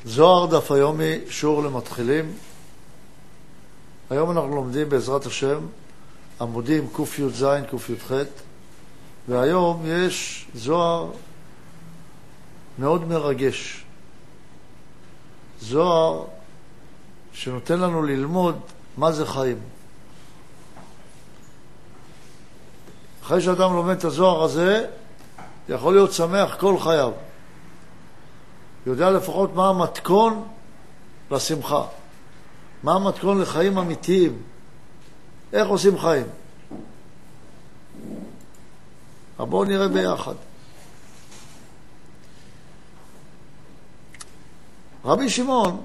זוהר דף היומי, שיעור למתחילים. היום אנחנו לומדים בעזרת השם עמודים ק"ז, ק"ח, והיום יש זוהר מאוד מרגש. זוהר שנותן לנו ללמוד מה זה חיים. אחרי שאדם לומד את הזוהר הזה, יכול להיות שמח כל חייו. יודע לפחות מה המתכון לשמחה. מה המתכון לחיים אמיתיים. איך עושים חיים. אבל בואו נראה ביחד. רבי שמעון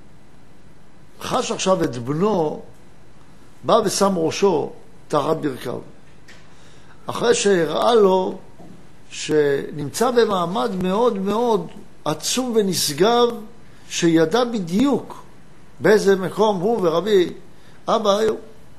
חש עכשיו את בנו, בא ושם ראשו תחת ברכיו. אחרי שהראה לו שנמצא במעמד מאוד מאוד עצום ונשגב, שידע בדיוק באיזה מקום הוא ורבי אבא היו.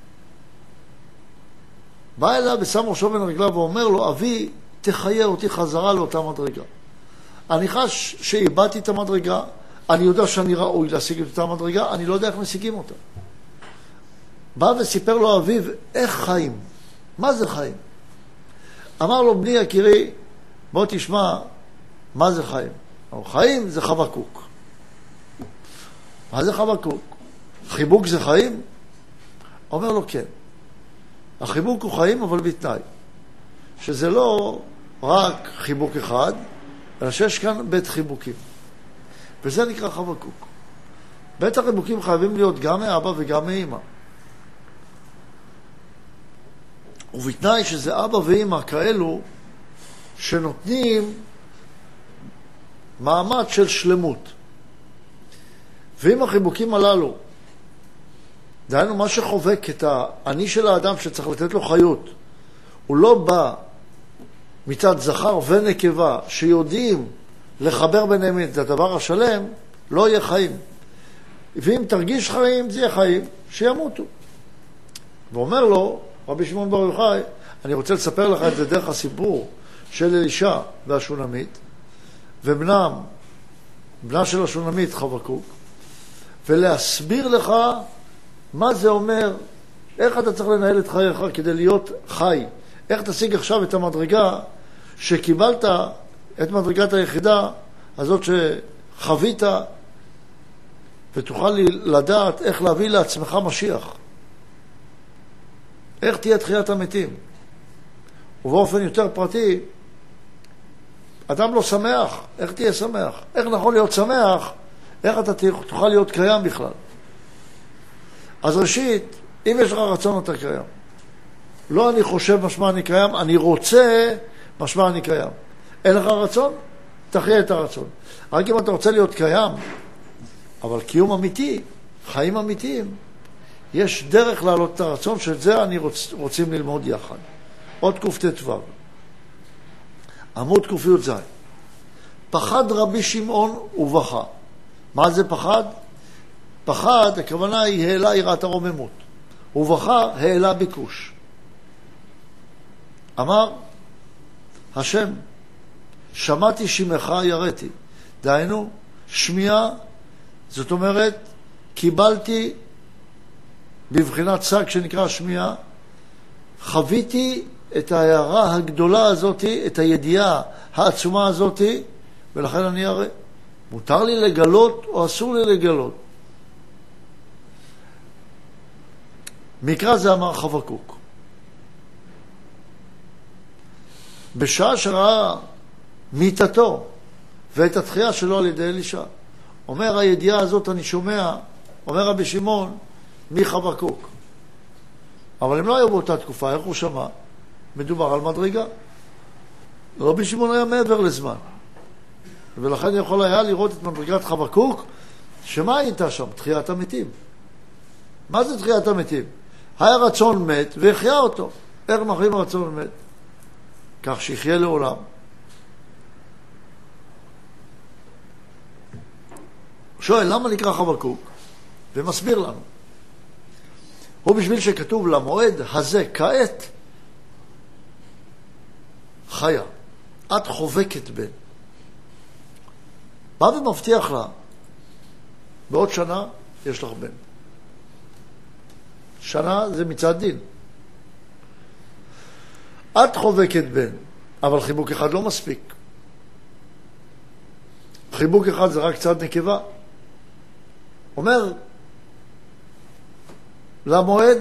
בא אליו ושם ראשו בין רגליו ואומר לו, אבי, תחיה אותי חזרה לאותה מדרגה. אני חש שאיבדתי את המדרגה, אני יודע שאני ראוי להשיג את אותה מדרגה, אני לא יודע איך משיגים אותה. בא וסיפר לו אביו, איך חיים? מה זה חיים? אמר לו, בני יקירי, בוא תשמע מה זה חיים. חיים זה חבקוק. מה זה חבקוק? חיבוק זה חיים? אומר לו כן. החיבוק הוא חיים, אבל בתנאי שזה לא רק חיבוק אחד, אלא שיש כאן בית חיבוקים. וזה נקרא חבקוק. בית החיבוקים חייבים להיות גם מאבא וגם מאמא. ובתנאי שזה אבא ואמא כאלו שנותנים מעמד של שלמות. ואם החיבוקים הללו, דהיינו מה שחובק את האני של האדם שצריך לתת לו חיות, הוא לא בא מצד זכר ונקבה שיודעים לחבר ביניהם את הדבר השלם, לא יהיה חיים. ואם תרגיש חיים, זה יהיה חיים שימותו. ואומר לו, רבי שמעון בר יוחאי, אני רוצה לספר לך את זה דרך הסיפור של אלישע והשונמית, ובנה של השונמית חבקוק, ולהסביר לך מה זה אומר, איך אתה צריך לנהל את חייך כדי להיות חי, איך תשיג עכשיו את המדרגה שקיבלת, את מדרגת היחידה הזאת שחווית, ותוכל לדעת איך להביא לעצמך משיח. איך תהיה תחיית המתים. ובאופן יותר פרטי, אדם לא שמח, איך תהיה שמח? איך נכון להיות שמח? איך אתה תוכל להיות קיים בכלל? אז ראשית, אם יש לך רצון אתה קיים. לא אני חושב משמע אני קיים, אני רוצה משמע אני קיים. אין לך רצון? תחיה את הרצון. רק אם אתה רוצה להיות קיים, אבל קיום אמיתי, חיים אמיתיים, יש דרך להעלות את הרצון, של זה אני רוצים ללמוד יחד. עוד קט"ו. עמוד ק"ז. פחד רבי שמעון ובכה. מה זה פחד? פחד, הכוונה היא העלה יראת הרוממות. ובכה, העלה ביקוש. אמר, השם, שמעתי שמך יראתי. דהיינו, שמיעה, זאת אומרת, קיבלתי בבחינת שק שנקרא שמיעה, חוויתי את ההערה הגדולה הזאת, את הידיעה העצומה הזאת, ולכן אני אראה. מותר לי לגלות או אסור לי לגלות? מקרא זה אמר חבקוק. בשעה שראה מיתתו ואת התחייה שלו על ידי אלישע, אומר הידיעה הזאת אני שומע, אומר רבי שמעון, מחבקוק. אבל הם לא היו באותה תקופה, איך הוא שמע? מדובר על מדרגה. רבי שמעון היה מעבר לזמן. ולכן יכול היה לראות את מדרגת חבקוק, שמה הייתה שם? תחיית המתים. מה זה תחיית המתים? היה רצון מת והחיה אותו. איך מחיים רצון מת? כך שיחיה לעולם. שואל, למה נקרא חבקוק? ומסביר לנו. הוא בשביל שכתוב למועד הזה כעת, חיה. את חובקת בן. בא ומבטיח לה בעוד שנה יש לך בן. שנה זה מצד דין. את חובקת בן, אבל חיבוק אחד לא מספיק. חיבוק אחד זה רק צד נקבה. אומר למועד,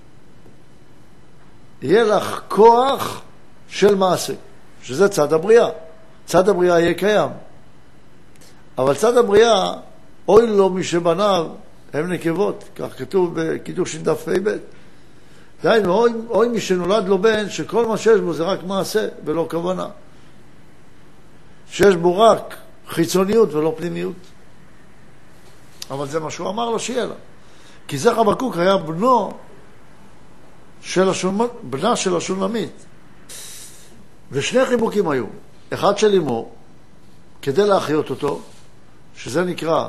יהיה לך כוח של מעשה, שזה צד הבריאה. צד הבריאה יהיה קיים. אבל צד הבריאה, אוי לו מי שבניו הם נקבות, כך כתוב בקידוש דף פ"ב. דהיינו, אוי מי שנולד לו בן, שכל מה שיש בו זה רק מעשה ולא כוונה. שיש בו רק חיצוניות ולא פנימיות. אבל זה מה שהוא אמר לו שיהיה לה. כי זה חבקוק היה בנה של השונמית. ושני חיבוקים היו. אחד של אמו, כדי להחיות אותו, שזה נקרא,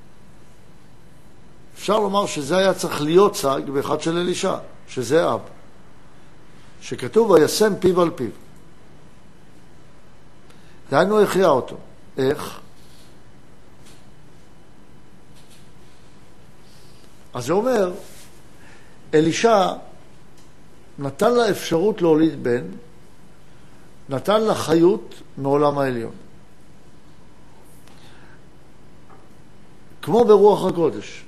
אפשר לומר שזה היה צריך להיות צג, ואחד של אלישע, שזה אב. שכתוב, וישם פיו על פיו. דהיינו החיה אותו. איך? אז זה אומר, אלישע נתן לה אפשרות להוליד בן, נתן לה חיות מעולם העליון. כמו ברוח הקודש.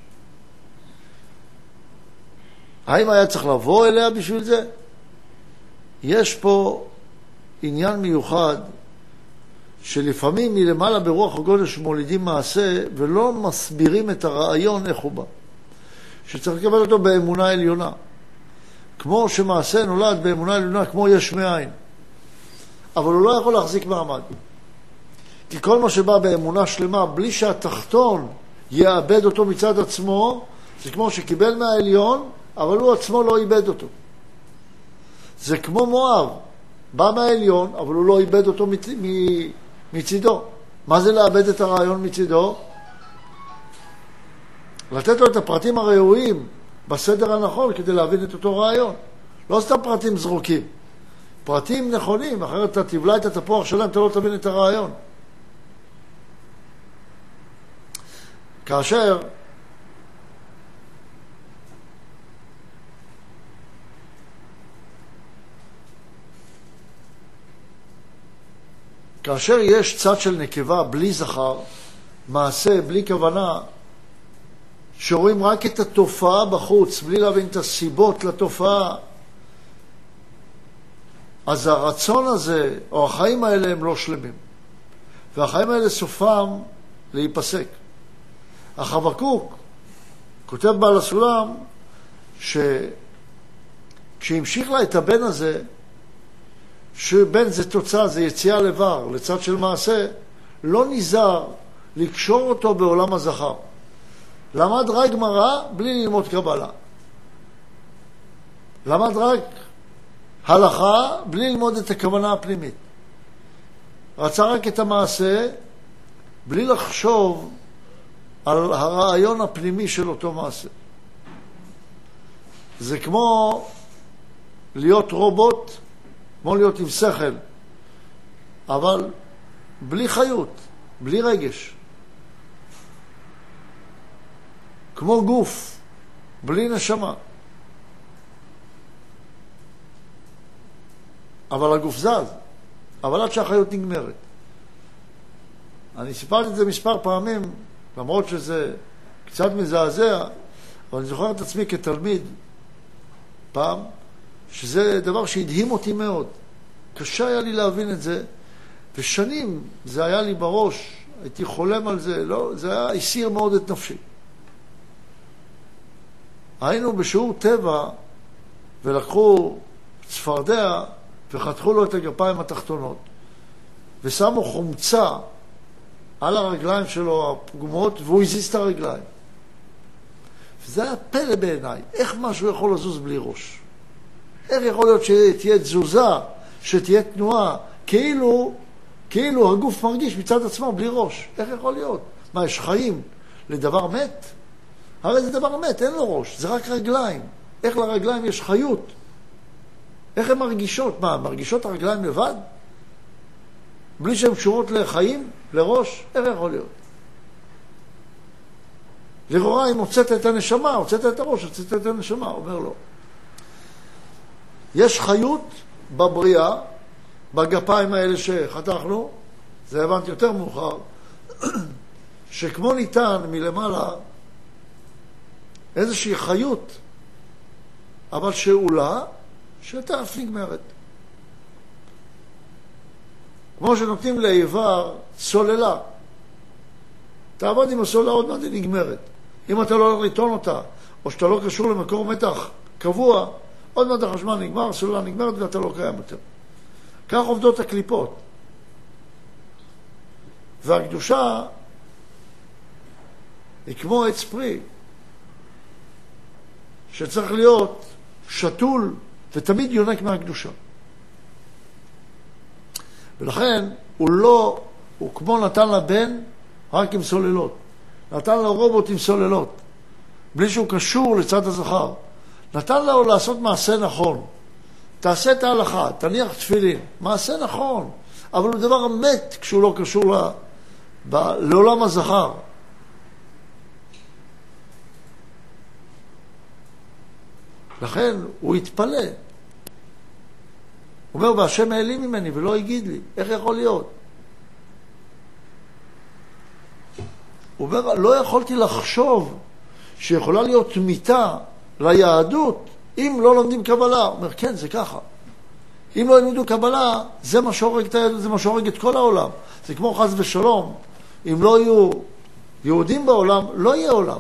האם היה צריך לבוא אליה בשביל זה? יש פה עניין מיוחד שלפעמים מלמעלה ברוח הקודש מולידים מעשה ולא מסבירים את הרעיון איך הוא בא. שצריך לקבל אותו באמונה עליונה. כמו שמעשה נולד באמונה עליונה, כמו יש מאין. אבל הוא לא יכול להחזיק מעמד. כי כל מה שבא באמונה שלמה, בלי שהתחתון יאבד אותו מצד עצמו, זה כמו שקיבל מהעליון, אבל הוא עצמו לא איבד אותו. זה כמו מואב, בא מהעליון, אבל הוא לא איבד אותו מצידו. מה זה לאבד את הרעיון מצידו? לתת לו את הפרטים הראויים בסדר הנכון כדי להבין את אותו רעיון. לא סתם פרטים זרוקים. פרטים נכונים, אחרת אתה תבלע את התפוח שלהם, אתה לא תבין את הרעיון. כאשר יש צד של נקבה בלי זכר, מעשה בלי כוונה, שרואים רק את התופעה בחוץ, בלי להבין את הסיבות לתופעה, אז הרצון הזה, או החיים האלה הם לא שלמים. והחיים האלה סופם להיפסק. החבקוק כותב בעל הסולם, כשהמשיך לה את הבן הזה, שבן זה תוצאה, זה יציאה לבר, לצד של מעשה, לא נזהר לקשור אותו בעולם הזכר. למד רק גמרא בלי ללמוד קבלה. למד רק הלכה בלי ללמוד את הכוונה הפנימית. רצה רק את המעשה בלי לחשוב על הרעיון הפנימי של אותו מעשה. זה כמו להיות רובוט, כמו להיות עם שכל, אבל בלי חיות, בלי רגש. כמו גוף, בלי נשמה. אבל הגוף זז, אבל עד שהחיות נגמרת. אני סיפרתי את זה מספר פעמים, למרות שזה קצת מזעזע, אבל אני זוכר את עצמי כתלמיד פעם, שזה דבר שהדהים אותי מאוד. קשה היה לי להבין את זה, ושנים זה היה לי בראש, הייתי חולם על זה, לא, זה היה הסיר מאוד את נפשי. היינו בשיעור טבע, ולקחו צפרדע, וחתכו לו את הגפיים התחתונות, ושמו חומצה על הרגליים שלו הפגומות, והוא הזיז את הרגליים. וזה היה פלא בעיניי, איך משהו יכול לזוז בלי ראש? איך יכול להיות שתהיה תזוזה, שתהיה תנועה, כאילו הגוף מרגיש מצד עצמו בלי ראש? איך יכול להיות? מה, יש חיים לדבר מת? הרי זה דבר מת, אין לו ראש, זה רק רגליים. איך לרגליים יש חיות? איך הן מרגישות? מה, מרגישות הרגליים לבד? בלי שהן קשורות לחיים, לראש? איך יכול להיות? לכאורה היא מוצאת את הנשמה, הוצאת את הראש, הוצאת את הנשמה, אומר לו. יש חיות בבריאה, בגפיים האלה שחתכנו, זה הבנתי יותר מאוחר, שכמו ניתן מלמעלה איזושהי חיות, אבל שאולה, שתכף נגמרת. כמו שנותנים לאיבר סוללה. תעבוד עם הסוללה עוד מעט היא נגמרת. אם אתה לא הולך לטעון אותה, או שאתה לא קשור למקור מתח קבוע, עוד מעט החשמל נגמר, הסוללה נגמרת ואתה לא קיים יותר. כך עובדות הקליפות. והקדושה היא כמו עץ פרי, שצריך להיות שתול ותמיד יונק מהקדושה. ולכן הוא כמו נתן לבן רק עם סוללות. נתן לו רובוט עם סוללות, בלי שהוא קשור לצד הזכר. נתן לו לעשות מעשה נכון. תעשה את ההלכה, תניח תפילין. מעשה נכון, אבל הוא דבר מת כשהוא לא קשור לעולם הזכר. לכן הוא התפלא. הוא אומר, והשם העלים ממני ולא הגיד לי. איך יכול להיות? הוא אומר, לא יכולתי לחשוב שיכולה להיות מיטה ליהדות אם לא לומדים קבלה. הוא אומר, כן, זה ככה. אם לא ילמדו קבלה, זה מה שהורג את היהדות, זה מה שהורג את כל העולם. זה כמו חס ושלום. אם לא יהיו יהודים בעולם, לא יהיה עולם.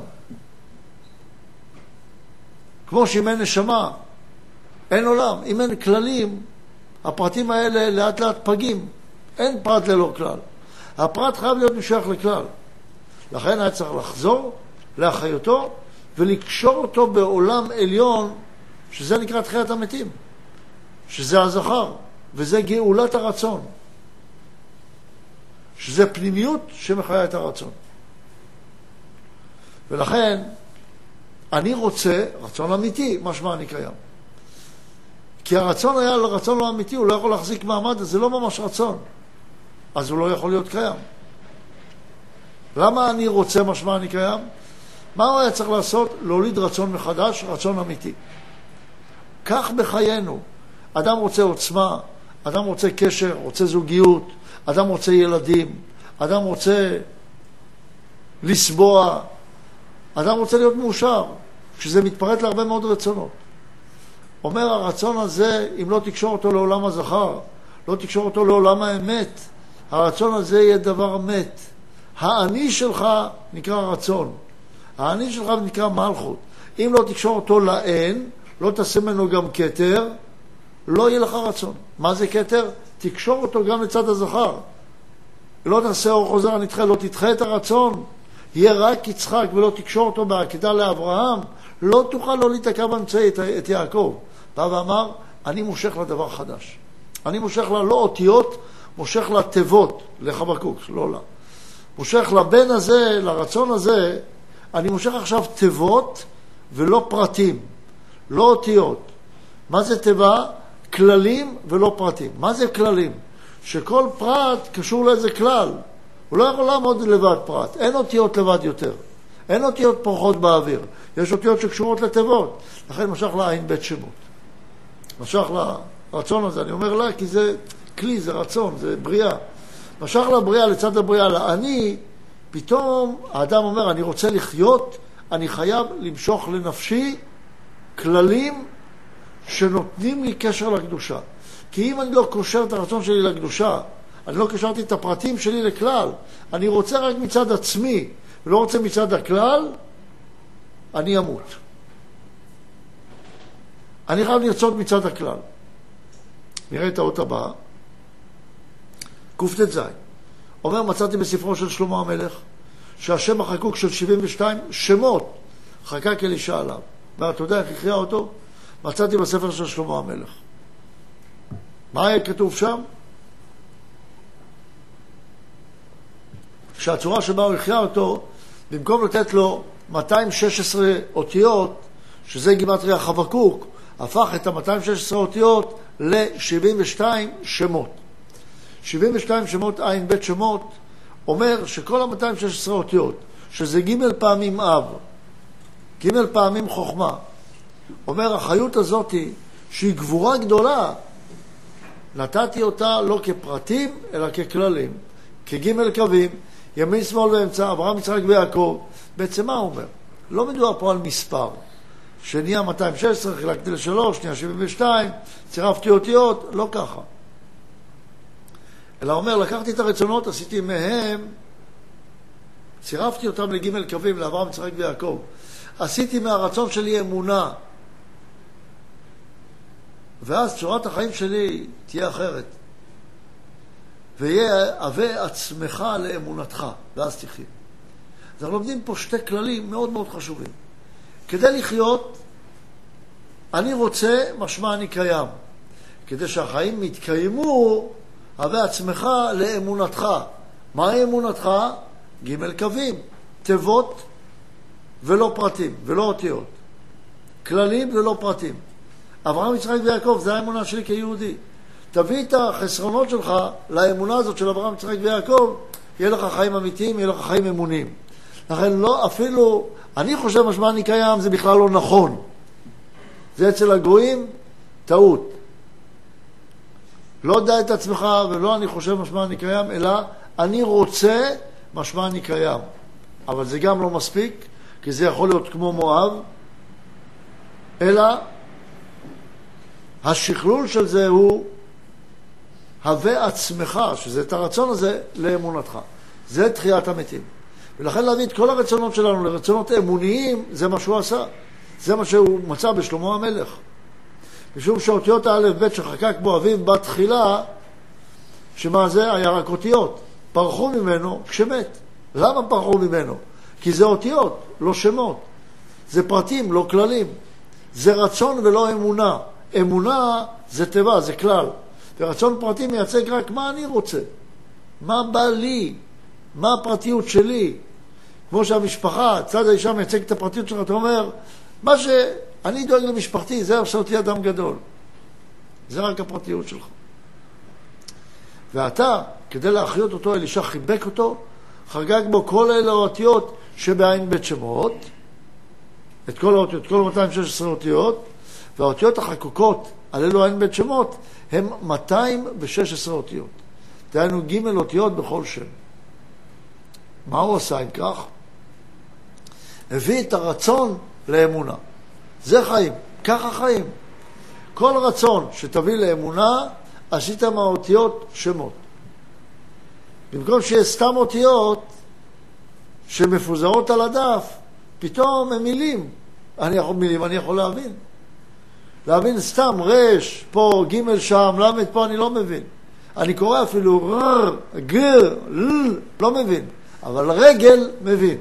כמו שאם אין נשמה, אין עולם. אם אין כללים, הפרטים האלה לאט לאט פגים. אין פרט ללא כלל. הפרט חייב להיות משייך לכלל. לכן היה צריך לחזור לאחיותו ולקשור אותו בעולם עליון, שזה נקרא תחיית המתים, שזה הזכר, וזה גאולת הרצון, שזה פנימיות שמחיה את הרצון. ולכן אני רוצה רצון אמיתי, משמע אני קיים. כי הרצון היה לרצון לא אמיתי, הוא לא יכול להחזיק מעמד, אז זה לא ממש רצון, אז הוא לא יכול להיות קיים. למה אני רוצה משמע אני קיים? מה הוא היה צריך לעשות? להוליד רצון מחדש, רצון אמיתי. כך בחיינו. אדם רוצה עוצמה, אדם רוצה קשר, רוצה זוגיות, אדם רוצה ילדים, אדם רוצה לסבוע, אדם רוצה להיות מאושר, כשזה מתפרט להרבה מאוד רצונות. אומר הרצון הזה, אם לא תקשור אותו לעולם הזכר, לא תקשור אותו לעולם האמת, הרצון הזה יהיה דבר מת. האני שלך נקרא רצון. האני שלך נקרא מלכות. אם לא תקשור אותו לאין, לא תעשה ממנו גם כתר, לא יהיה לך רצון. מה זה כתר? תקשור אותו גם לצד הזכר. לא תעשה אור חוזר הנדחה, לא תדחה את הרצון. יהיה רק יצחק ולא תקשור אותו בעקדה לאברהם, לא תוכל לא להתעקע באמצעי את יעקב. בא ואמר, אני מושך לדבר חדש. אני מושך לה לא אותיות, מושך לה תיבות, לחבקוק, לא לה. מושך לבן הזה, לרצון הזה, אני מושך עכשיו תיבות ולא פרטים, לא אותיות. מה זה תיבה? כללים ולא פרטים. מה זה כללים? שכל פרט קשור לאיזה כלל. הוא לא יכול לעמוד לבד פרט. אין אותיות לבד יותר. אין אותיות פורחות באוויר. יש אותיות שקשורות לתיבות. לכן משך לה עין בית שמות. משך לרצון הזה. אני אומר לה כי זה כלי, זה רצון, זה בריאה. משך לבריאה לצד הבריאה. לאני, פתאום האדם אומר, אני רוצה לחיות, אני חייב למשוך לנפשי כללים שנותנים לי קשר לקדושה. כי אם אני לא קושר את הרצון שלי לקדושה, אני לא קשרתי את הפרטים שלי לכלל, אני רוצה רק מצד עצמי, ולא רוצה מצד הכלל, אני אמות. אני חייב לרצות מצד הכלל. נראה את האות הבאה. קט"ז. אומר, מצאתי בספרו של שלמה המלך, שהשם החקוק של 72 שמות חקק אלישע עליו. ואתה יודע איך הכריע אותו? מצאתי בספר של שלמה המלך. מה היה כתוב שם? שהצורה שבה הוא הכריע אותו, במקום לתת לו 216 אותיות, שזה גימטריה חבקוק, הפך את ה-216 אותיות ל-72 שמות. 72 שמות, עין בית שמות, אומר שכל ה-216 אותיות שזה ג' פעמים אב, ג' פעמים חוכמה. אומר, החיות הזאת שהיא גבורה גדולה, נתתי אותה לא כפרטים, אלא ככללים, כג' קווים, ימין, שמאל ואמצע, אברהם, יצחק ויעקב. בעצם מה הוא אומר? לא מדובר פה על מספר. שנהיה 216, חילקתי ל3, נהיה 72, צירפתי אותיות, לא ככה. אלא אומר, לקחתי את הרצונות, עשיתי מהם, צירפתי אותם לג' קווים, לאברהם, יצחק ויעקב. עשיתי מהרצון שלי אמונה. ואז צורת החיים שלי תהיה אחרת. ויהיה הווה עצמך לאמונתך, ואז תחיה. אז אנחנו לומדים פה שתי כללים מאוד מאוד חשובים. כדי לחיות, אני רוצה, משמע אני קיים. כדי שהחיים יתקיימו, הווה עצמך לאמונתך. מהי אמונתך? ג' קווים, תיבות ולא פרטים, ולא אותיות. כללים ולא פרטים. אברהם, יצחק ויעקב, זה האמונה שלי כיהודי. תביא את החסרונות שלך לאמונה הזאת של אברהם, יצחק ויעקב, יהיה לך חיים אמיתיים, יהיה לך חיים אמונים. לכן לא, אפילו, אני חושב משמע אני קיים, זה בכלל לא נכון. זה אצל הגויים, טעות. לא דע את עצמך ולא אני חושב משמע אני קיים, אלא אני רוצה משמע אני קיים. אבל זה גם לא מספיק, כי זה יכול להיות כמו מואב, אלא השכלול של זה הוא הווה עצמך, שזה את הרצון הזה לאמונתך. זה תחיית המתים. ולכן להביא את כל הרצונות שלנו לרצונות אמוניים, זה מה שהוא עשה. זה מה שהוא מצא בשלמה המלך. משום שאותיות האלף בית שחקק בו אביו בתחילה, שמה זה? היה רק אותיות. פרחו ממנו כשמת. למה פרחו ממנו? כי זה אותיות, לא שמות. זה פרטים, לא כללים. זה רצון ולא אמונה. אמונה זה טבע, זה כלל. ורצון פרטי מייצג רק מה אני רוצה. מה בא לי? מה הפרטיות שלי? כמו שהמשפחה, צד האישה מייצג את הפרטיות שלך, אתה אומר, מה שאני דואג למשפחתי, זה עושה אותי אדם גדול. זה רק הפרטיות שלך. ואתה, כדי להחיות אותו, אלישע חיבק אותו, חגג בו כל אלה האותיות שבעין בית שמות, את כל האותיות, כל 216 אותיות, והאותיות החקוקות על אלו עין בית שמות, הם 216 אותיות. דהיינו ג' אותיות בכל שם. מה הוא עשה אם כך? הביא את הרצון לאמונה. זה חיים, ככה חיים. כל רצון שתביא לאמונה, עשית מהאותיות שמות. במקום שיהיה סתם אותיות שמפוזרות על הדף, פתאום הם מילים. אני יכול להבין סתם רש, פה ג' שם, למד פה אני לא מבין. אני קורא אפילו רר, גר, לא מבין. אבל רגל מבין.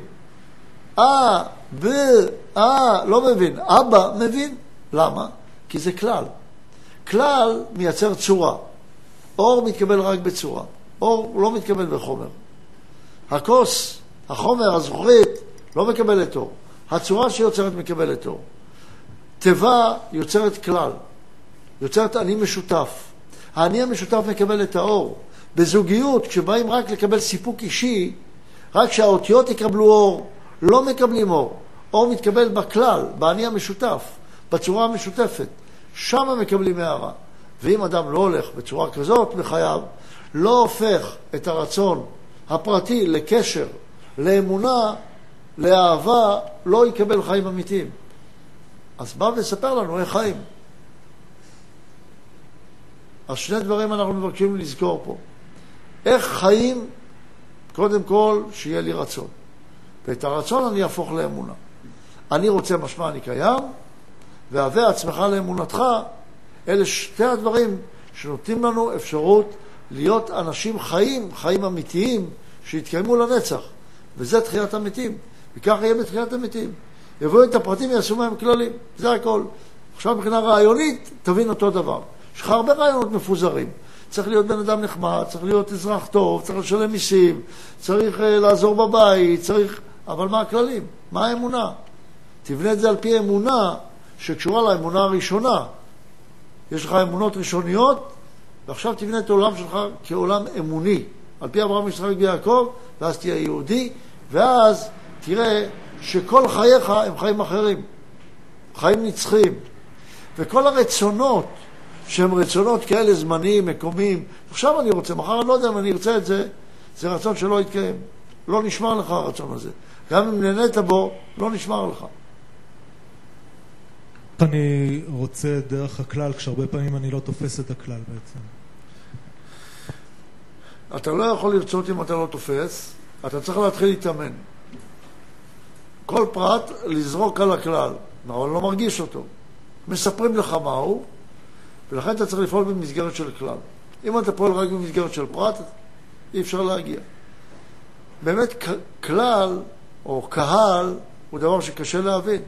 לא מבין. אבא מבין. למה? כי זה כלל. כלל מייצר צורה. אור מתקבל רק בצורה. אור לא מתקבל בחומר. הכוס, החומר, הזכוכית, לא מקבלת אור. הצורה שיוצרת מקבלת אור. טבע יוצרת כלל. יוצרת אני משותף. האני המשותף מקבל את האור. בזוגיות, כשבאים רק לקבל סיפוק אישי, רק שהאותיות יקבלו אור, לא מקבלים אור. אור מתקבל בכלל, באני המשותף, בצורה המשותפת. שם מקבלים הערה. ואם אדם לא הולך בצורה כזאת בחייו, לא הופך את הרצון הפרטי לקשר, לאמונה, לאהבה, לא יקבל חיים אמיתיים. אז בא וספר לנו איך חיים. אז שני דברים אנחנו מבקשים לזכור פה. איך חיים? קודם כל, שיהיה לי רצון. ואת הרצון אני אהפוך לאמונה. אני רוצה משמע אני קיים, והווה עצמך לאמונתך. אלה שתי הדברים שנותנים לנו אפשרות להיות אנשים חיים, חיים אמיתיים, שיתקיימו לנצח. וזה תחיית המתים. וכך יהיה בתחיית המתים. יבואו את הפרטים ויעשו מהם כללים. זה הכל. עכשיו מבחינה רעיונית, תבין אותו דבר. יש לך הרבה רעיונות מפוזרים. צריך להיות בן אדם נחמד, צריך להיות אזרח טוב, צריך לשלם מיסים, צריך לעזור בבית, צריך... אבל מה הכללים? מה האמונה? תבנה את זה על פי אמונה שקשורה לאמונה הראשונה. יש לך אמונות ראשוניות, ועכשיו תבנה את העולם שלך כעולם אמוני. על פי אברהם, יצחק ויעקב, ואז תהיה יהודי, ואז תראה שכל חייך הם חיים אחרים, חיים נצחיים. וכל הרצונות, שהם רצונות כאלה זמניים, מקומיים, עכשיו אני רוצה, מחר אני לא יודע אם אני ארצה את זה, זה רצון שלא יתקיים. לא נשמר לך הרצון הזה. גם אם נהנית בו, לא נשמר לך. אני רוצה דרך הכלל, כשהרבה פעמים אני לא תופס את הכלל בעצם. אתה לא יכול לרצות אם אתה לא תופס, אתה צריך להתחיל להתאמן. כל פרט לזרוק על הכלל, אבל לא מרגיש אותו. מספרים לך מהו, ולכן אתה צריך לפעול במסגרת של כלל. אם אתה פועל רק במסגרת של פרט, אי אפשר להגיע. באמת כלל או קהל הוא דבר שקשה להבין.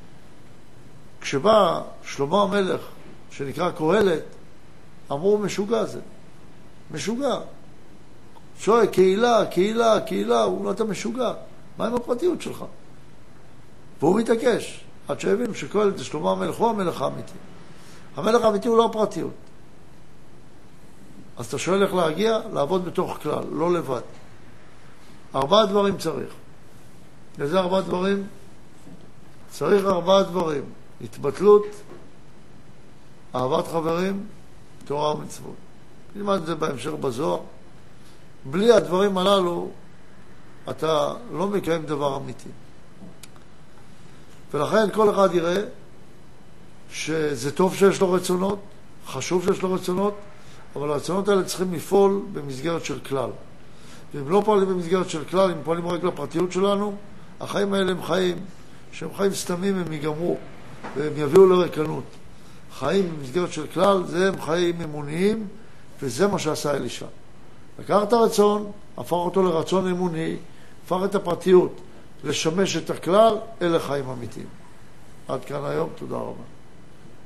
כשבא שלמה המלך, שנקרא קהלת, אמרו משוגע זה. משוגע. שואל, קהילה, קהילה, קהילה, הוא אומר, אתה משוגע. מה עם הפרטיות שלך? והוא מתעקש, עד שהבינו שקהלת זה שלמה המלך, הוא המלך האמיתי. המלך האמיתי הוא לא הפרטיות. אז אתה שואל איך להגיע? לעבוד בתוך כלל, לא לבד. 4 דברים צריך. לזה 4 דברים? צריך 4 דברים. התבטלות, אהבת חברים, תורה ומצוות. נלמד את זה בהמשך בזוהר. בלי הדברים הללו, אתה לא מקיים דבר אמיתי. ולכן כל אחד יראה שזה טוב שיש לו רצונות, חשוב שיש לו רצונות, אבל הרצונות האלה צריכים לפעול במסגרת של כלל. ואם לא פועלים במסגרת של כלל, אם פועלים רק לפרטיות שלנו, החיים האלה הם חיים, שהם חיים סתמים, הם ייגמרו, והם יביאו לרקנות. חיים במסגרת של כלל, זה הם חיים אמוניים, וזה מה שעשה אלישע. לקח את הרצון, הפך אותו לרצון אמוני, הפך את הפרטיות לשמש את הכלל, אלה חיים אמיתיים. עד כאן היום, תודה רבה.